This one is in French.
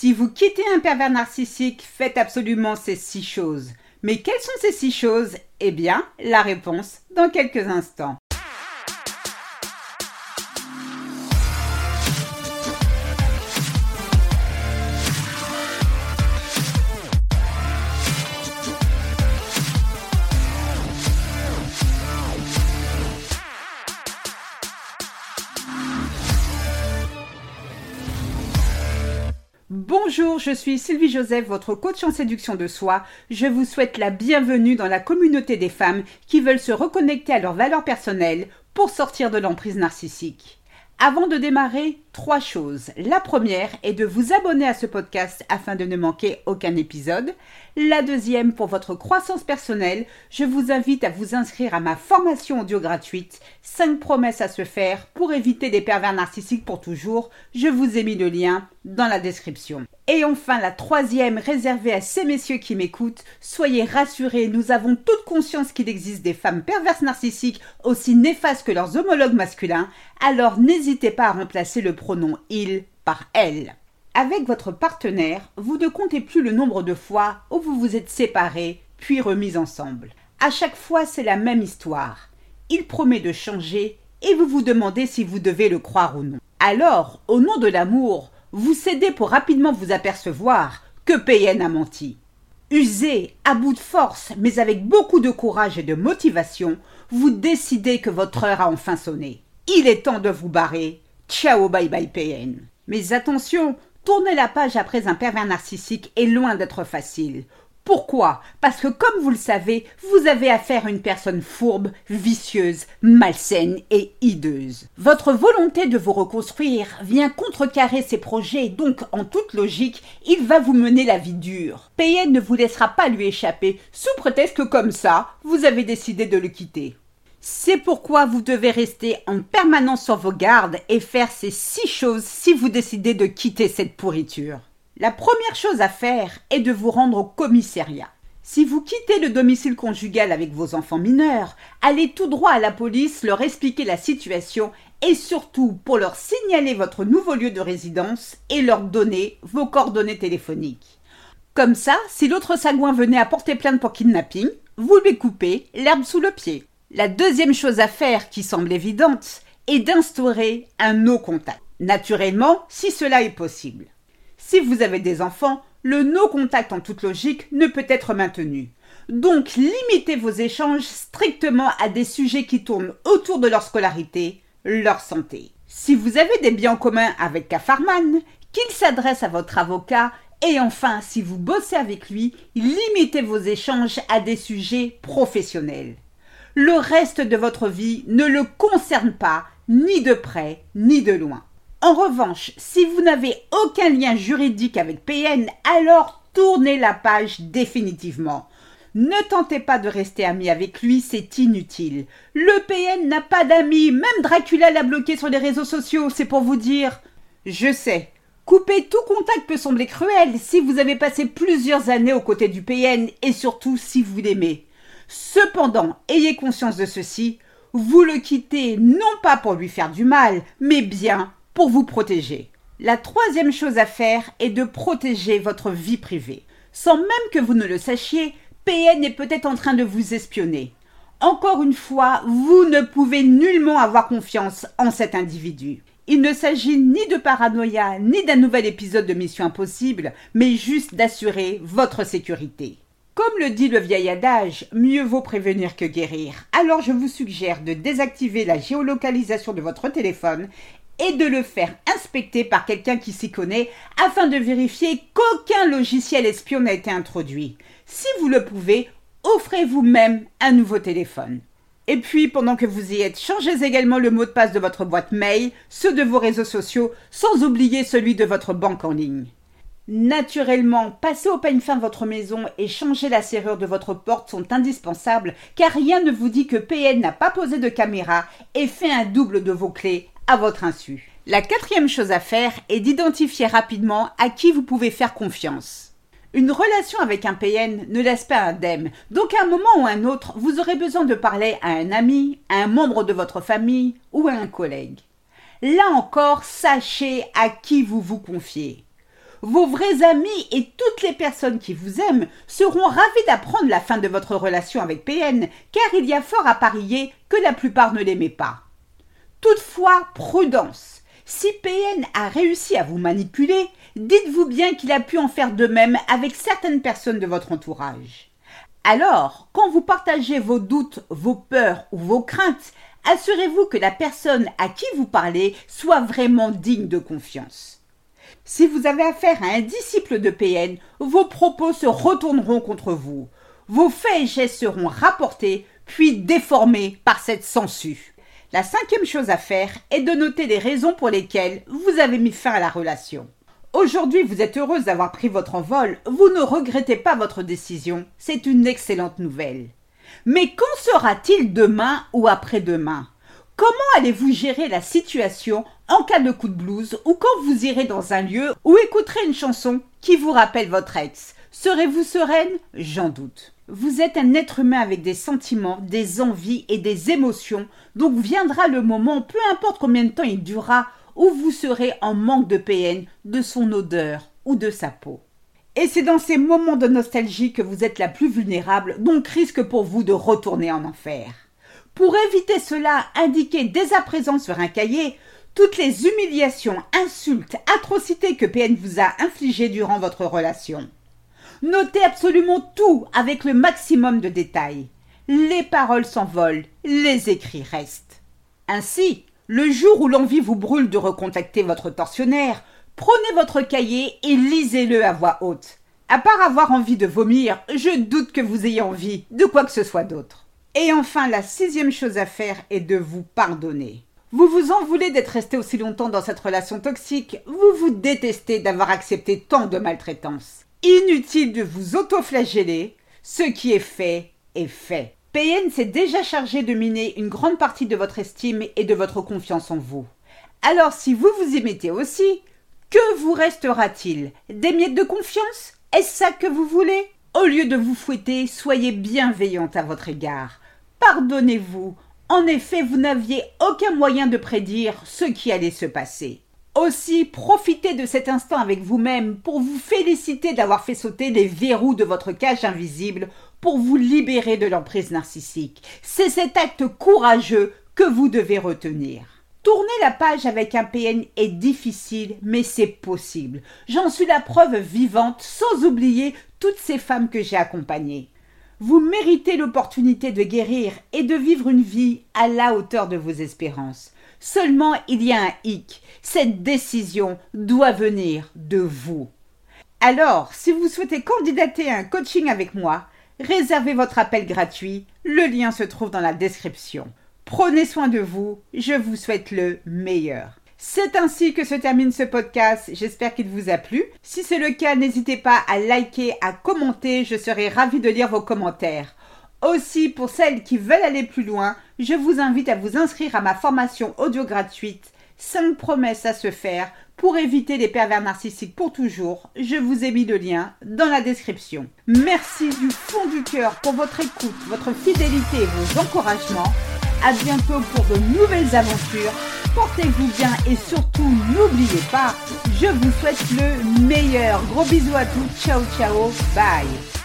Si vous quittez un pervers narcissique, faites absolument ces 6 choses. Mais quelles sont ces 6 choses? Eh bien, la réponse dans quelques instants. Bonjour, je suis Sylvie Joseph, votre coach en séduction de soi. Je vous souhaite la bienvenue dans la communauté des femmes qui veulent se reconnecter à leurs valeurs personnelles pour sortir de l'emprise narcissique. Avant de démarrer, 3 choses. La première est de vous abonner à ce podcast afin de ne manquer aucun épisode. La deuxième, pour votre croissance personnelle, je vous invite à vous inscrire à ma formation audio gratuite 5 promesses à se faire pour éviter des pervers narcissiques pour toujours. Je vous ai mis le lien dans la description. Et enfin, la troisième, réservée à ces messieurs qui m'écoutent, soyez rassurés, nous avons toute conscience qu'il existe des femmes perverses narcissiques aussi néfastes que leurs homologues masculins, alors n'hésitez pas à remplacer le pronom « il » par « elle ». Avec votre partenaire, vous ne comptez plus le nombre de fois où vous vous êtes séparés puis remis ensemble. À chaque fois, c'est la même histoire. Il promet de changer et vous vous demandez si vous devez le croire ou non. Alors, au nom de l'amour, vous cédez pour rapidement vous apercevoir que PN a menti. Usé, à bout de force, mais avec beaucoup de courage et de motivation, vous décidez que votre heure a enfin sonné. Il est temps de vous barrer. Ciao, bye bye PN. Mais attention, tourner la page après un pervers narcissique est loin d'être facile. Pourquoi? Parce que comme vous le savez, vous avez affaire à une personne fourbe, vicieuse, malsaine et hideuse. Votre volonté de vous reconstruire vient contrecarrer ses projets, donc en toute logique, il va vous mener la vie dure. PN ne vous laissera pas lui échapper, sous prétexte que comme ça, vous avez décidé de le quitter. C'est pourquoi vous devez rester en permanence sur vos gardes et faire ces 6 choses si vous décidez de quitter cette pourriture. La première chose à faire est de vous rendre au commissariat. Si vous quittez le domicile conjugal avec vos enfants mineurs, allez tout droit à la police, leur expliquer la situation et surtout pour leur signaler votre nouveau lieu de résidence et leur donner vos coordonnées téléphoniques. Comme ça, si l'autre sagouin venait à porter plainte pour kidnapping, vous lui coupez l'herbe sous le pied. La deuxième chose à faire, qui semble évidente, est d'instaurer un no contact. Naturellement, si cela est possible. Si vous avez des enfants, le no contact en toute logique ne peut être maintenu. Donc, limitez vos échanges strictement à des sujets qui tournent autour de leur scolarité, leur santé. Si vous avez des biens en commun avec Cafarman, qu'il s'adresse à votre avocat. Et enfin, si vous bossez avec lui, limitez vos échanges à des sujets professionnels. Le reste de votre vie ne le concerne pas, ni de près, ni de loin. En revanche, si vous n'avez aucun lien juridique avec PN, alors tournez la page définitivement. Ne tentez pas de rester ami avec lui, c'est inutile. Le PN n'a pas d'amis, même Dracula l'a bloqué sur les réseaux sociaux, c'est pour vous dire. Je sais, couper tout contact peut sembler cruel si vous avez passé plusieurs années aux côtés du PN et surtout si vous l'aimez. Cependant, ayez conscience de ceci, vous le quittez non pas pour lui faire du mal, mais bien pour vous protéger. La troisième chose à faire est de protéger votre vie privée. Sans même que vous ne le sachiez, PN est peut-être en train de vous espionner. Encore une fois, vous ne pouvez nullement avoir confiance en cet individu. Il ne s'agit ni de paranoïa, ni d'un nouvel épisode de Mission Impossible, mais juste d'assurer votre sécurité. Comme le dit le vieil adage, mieux vaut prévenir que guérir. Alors je vous suggère de désactiver la géolocalisation de votre téléphone et de le faire inspecter par quelqu'un qui s'y connaît afin de vérifier qu'aucun logiciel espion n'a été introduit. Si vous le pouvez, offrez-vous même un nouveau téléphone. Et puis, pendant que vous y êtes, changez également le mot de passe de votre boîte mail, ceux de vos réseaux sociaux, sans oublier celui de votre banque en ligne. Naturellement, passer au peigne fin de votre maison et changer la serrure de votre porte sont indispensables car rien ne vous dit que PN n'a pas posé de caméra et fait un double de vos clés à votre insu. La quatrième chose à faire est d'identifier rapidement à qui vous pouvez faire confiance. Une relation avec un PN ne laisse pas indemne, donc à un moment ou à un autre, vous aurez besoin de parler à un ami, à un membre de votre famille ou à un collègue. Là encore, sachez à qui vous vous confiez. Vos vrais amis et toutes les personnes qui vous aiment seront ravis d'apprendre la fin de votre relation avec PN, car il y a fort à parier que la plupart ne l'aimaient pas. Toutefois, prudence. Si PN a réussi à vous manipuler, dites-vous bien qu'il a pu en faire de même avec certaines personnes de votre entourage. Alors, quand vous partagez vos doutes, vos peurs ou vos craintes, assurez-vous que la personne à qui vous parlez soit vraiment digne de confiance. Si vous avez affaire à un disciple de PN, vos propos se retourneront contre vous. Vos faits et gestes seront rapportés, puis déformés par cette sangsue. La 5e chose à faire est de noter les raisons pour lesquelles vous avez mis fin à la relation. Aujourd'hui, vous êtes heureuse d'avoir pris votre envol, vous ne regrettez pas votre décision, c'est une excellente nouvelle. Mais qu'en sera-t-il demain ou après-demain ? Comment allez-vous gérer la situation en cas de coup de blues ou quand vous irez dans un lieu ou écouterez une chanson qui vous rappelle votre ex ? Serez-vous sereine ? J'en doute. Vous êtes un être humain avec des sentiments, des envies et des émotions, donc viendra le moment, peu importe combien de temps il durera, où vous serez en manque de PN, de son odeur ou de sa peau. Et c'est dans ces moments de nostalgie que vous êtes la plus vulnérable, donc risque pour vous de retourner en enfer. Pour éviter cela, indiquez dès à présent sur un cahier toutes les humiliations, insultes, atrocités que PN vous a infligées durant votre relation. Notez absolument tout avec le maximum de détails. Les paroles s'envolent, les écrits restent. Ainsi, le jour où l'envie vous brûle de recontacter votre tortionnaire, prenez votre cahier et lisez-le à voix haute. À part avoir envie de vomir, je doute que vous ayez envie de quoi que ce soit d'autre. Et enfin, la 6e chose à faire est de vous pardonner. Vous vous en voulez d'être resté aussi longtemps dans cette relation toxique, vous vous détestez d'avoir accepté tant de maltraitance. Inutile de vous auto-flageller, ce qui est fait est fait. PN s'est déjà chargé de miner une grande partie de votre estime et de votre confiance en vous. Alors si vous vous y mettez aussi, que vous restera-t-il ? Des miettes de confiance ? Est-ce ça que vous voulez ? Au lieu de vous fouetter, soyez bienveillante à votre égard. Pardonnez-vous. En effet, vous n'aviez aucun moyen de prédire ce qui allait se passer. Aussi, profitez de cet instant avec vous-même pour vous féliciter d'avoir fait sauter les verrous de votre cage invisible pour vous libérer de l'emprise narcissique. C'est cet acte courageux que vous devez retenir. Tourner la page avec un PN est difficile, mais c'est possible. J'en suis la preuve vivante, sans oublier toutes ces femmes que j'ai accompagnées. Vous méritez l'opportunité de guérir et de vivre une vie à la hauteur de vos espérances. Seulement, il y a un hic. Cette décision doit venir de vous. Alors, si vous souhaitez candidater à un coaching avec moi, réservez votre appel gratuit. Le lien se trouve dans la description. Prenez soin de vous. Je vous souhaite le meilleur. C'est ainsi que se termine ce podcast. J'espère qu'il vous a plu. Si c'est le cas, n'hésitez pas à liker, à commenter. Je serai ravie de lire vos commentaires. Aussi, pour celles qui veulent aller plus loin, je vous invite à vous inscrire à ma formation audio gratuite 5 promesses à se faire pour éviter les pervers narcissiques pour toujours. Je vous ai mis le lien dans la description. Merci du fond du cœur pour votre écoute, votre fidélité et vos encouragements. À bientôt pour de nouvelles aventures. Portez-vous bien et surtout, n'oubliez pas, je vous souhaite le meilleur. Gros bisous à tous. Ciao, ciao. Bye.